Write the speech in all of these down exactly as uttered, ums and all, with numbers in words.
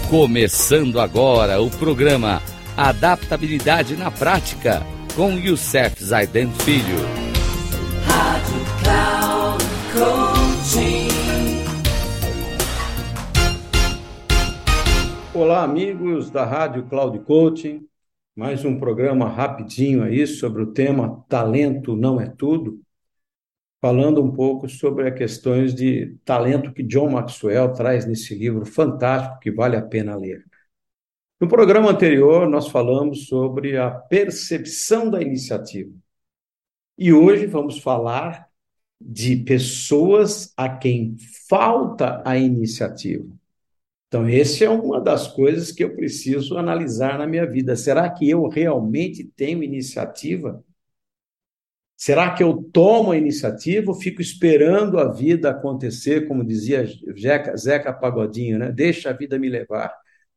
Começando agora o programa Adaptabilidade na Prática, com Youssef Zaiden Filho. Rádio Cloud Coaching. Olá, amigos da Rádio Cloud Coaching. Mais um programa rapidinho aí sobre o tema Talento não é tudo. Falando um pouco sobre as questões de talento que John Maxwell traz nesse livro fantástico que vale a pena ler. No programa anterior, nós falamos sobre a percepção da iniciativa. E hoje vamos falar de pessoas a quem falta a iniciativa. Então, essa é uma das coisas que eu preciso analisar na minha vida. Será que eu realmente tenho iniciativa? Será que eu tomo a iniciativa ou fico esperando a vida acontecer, como dizia Zeca, Zeca Pagodinho, né? Deixa a vida me levar.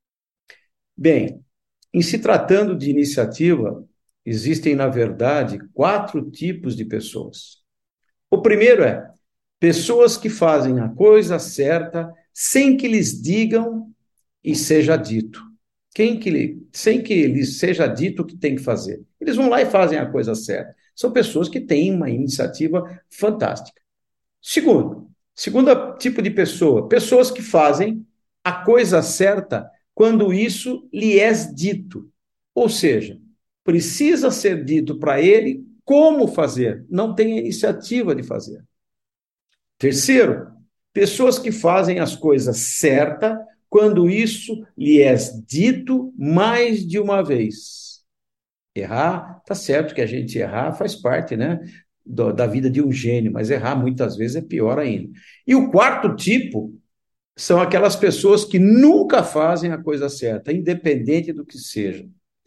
Bem, em se tratando de iniciativa, existem, na verdade, quatro tipos de pessoas. O primeiro é pessoas que fazem a coisa certa sem que lhes digam e seja dito. Quem que, sem que lhes seja dito o que tem que fazer. Eles vão lá e fazem a coisa certa. São pessoas que têm uma iniciativa fantástica. Segundo, segundo tipo de pessoa, pessoas que fazem a coisa certa quando isso lhe é dito. Ou seja, precisa ser dito para ele como fazer, não tem a iniciativa de fazer. Terceiro, pessoas que fazem as coisas certas quando isso lhe é dito mais de uma vez. Errar, tá certo que a gente errar faz parte, né, do, da vida de um gênio, mas errar muitas vezes é pior ainda. E o quarto tipo são aquelas pessoas que nunca fazem a coisa certa, independente do que seja.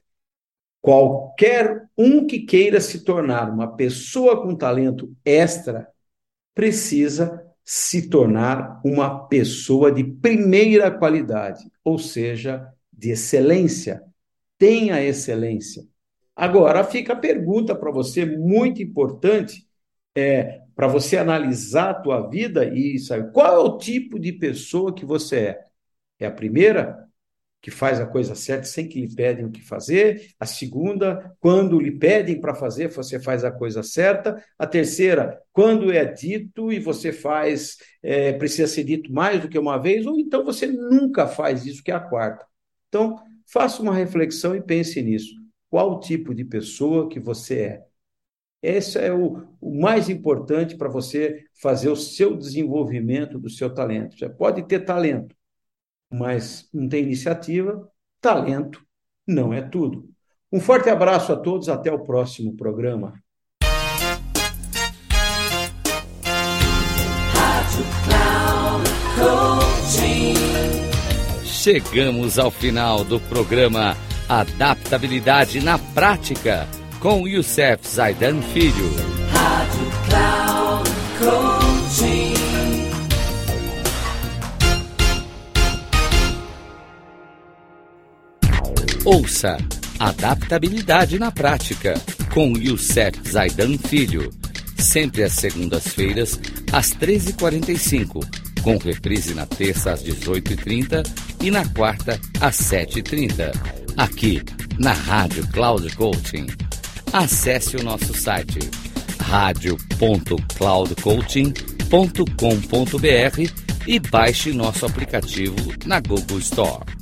Qualquer um que queira se tornar uma pessoa com talento extra precisa se tornar uma pessoa de primeira qualidade, ou seja, de excelência. Tenha excelência. Agora, fica a pergunta para você, muito importante, é, para você analisar a tua vida e saber qual é o tipo de pessoa que você é. É a primeira, que faz a coisa certa sem que lhe pedem o que fazer. A segunda, quando lhe pedem para fazer, você faz a coisa certa. A terceira, quando é dito e você faz, é, precisa ser dito mais do que uma vez, ou então você nunca faz isso, que é a quarta. Então, faça uma reflexão e pense nisso. Qual o tipo de pessoa que você é? Esse é o, o mais importante para você fazer o seu desenvolvimento do seu talento. Você pode ter talento, mas não tem iniciativa. Talento não é tudo. Um forte abraço a todos, até o próximo programa. Chegamos ao final do programa Adaptabilidade na Prática, com Youssef Zaiden Filho. Rádio Cloud Coaching. Ouça Adaptabilidade na Prática, com Youssef Zaiden Filho, sempre às segundas-feiras, às treze e quarenta e cinco, com reprise na terça às dezoito e trinta e na quarta às sete e trinta, aqui na Rádio Cloud Coaching. Acesse o nosso site rádio ponto cloud coaching ponto com ponto b r e baixe nosso aplicativo na Google Store.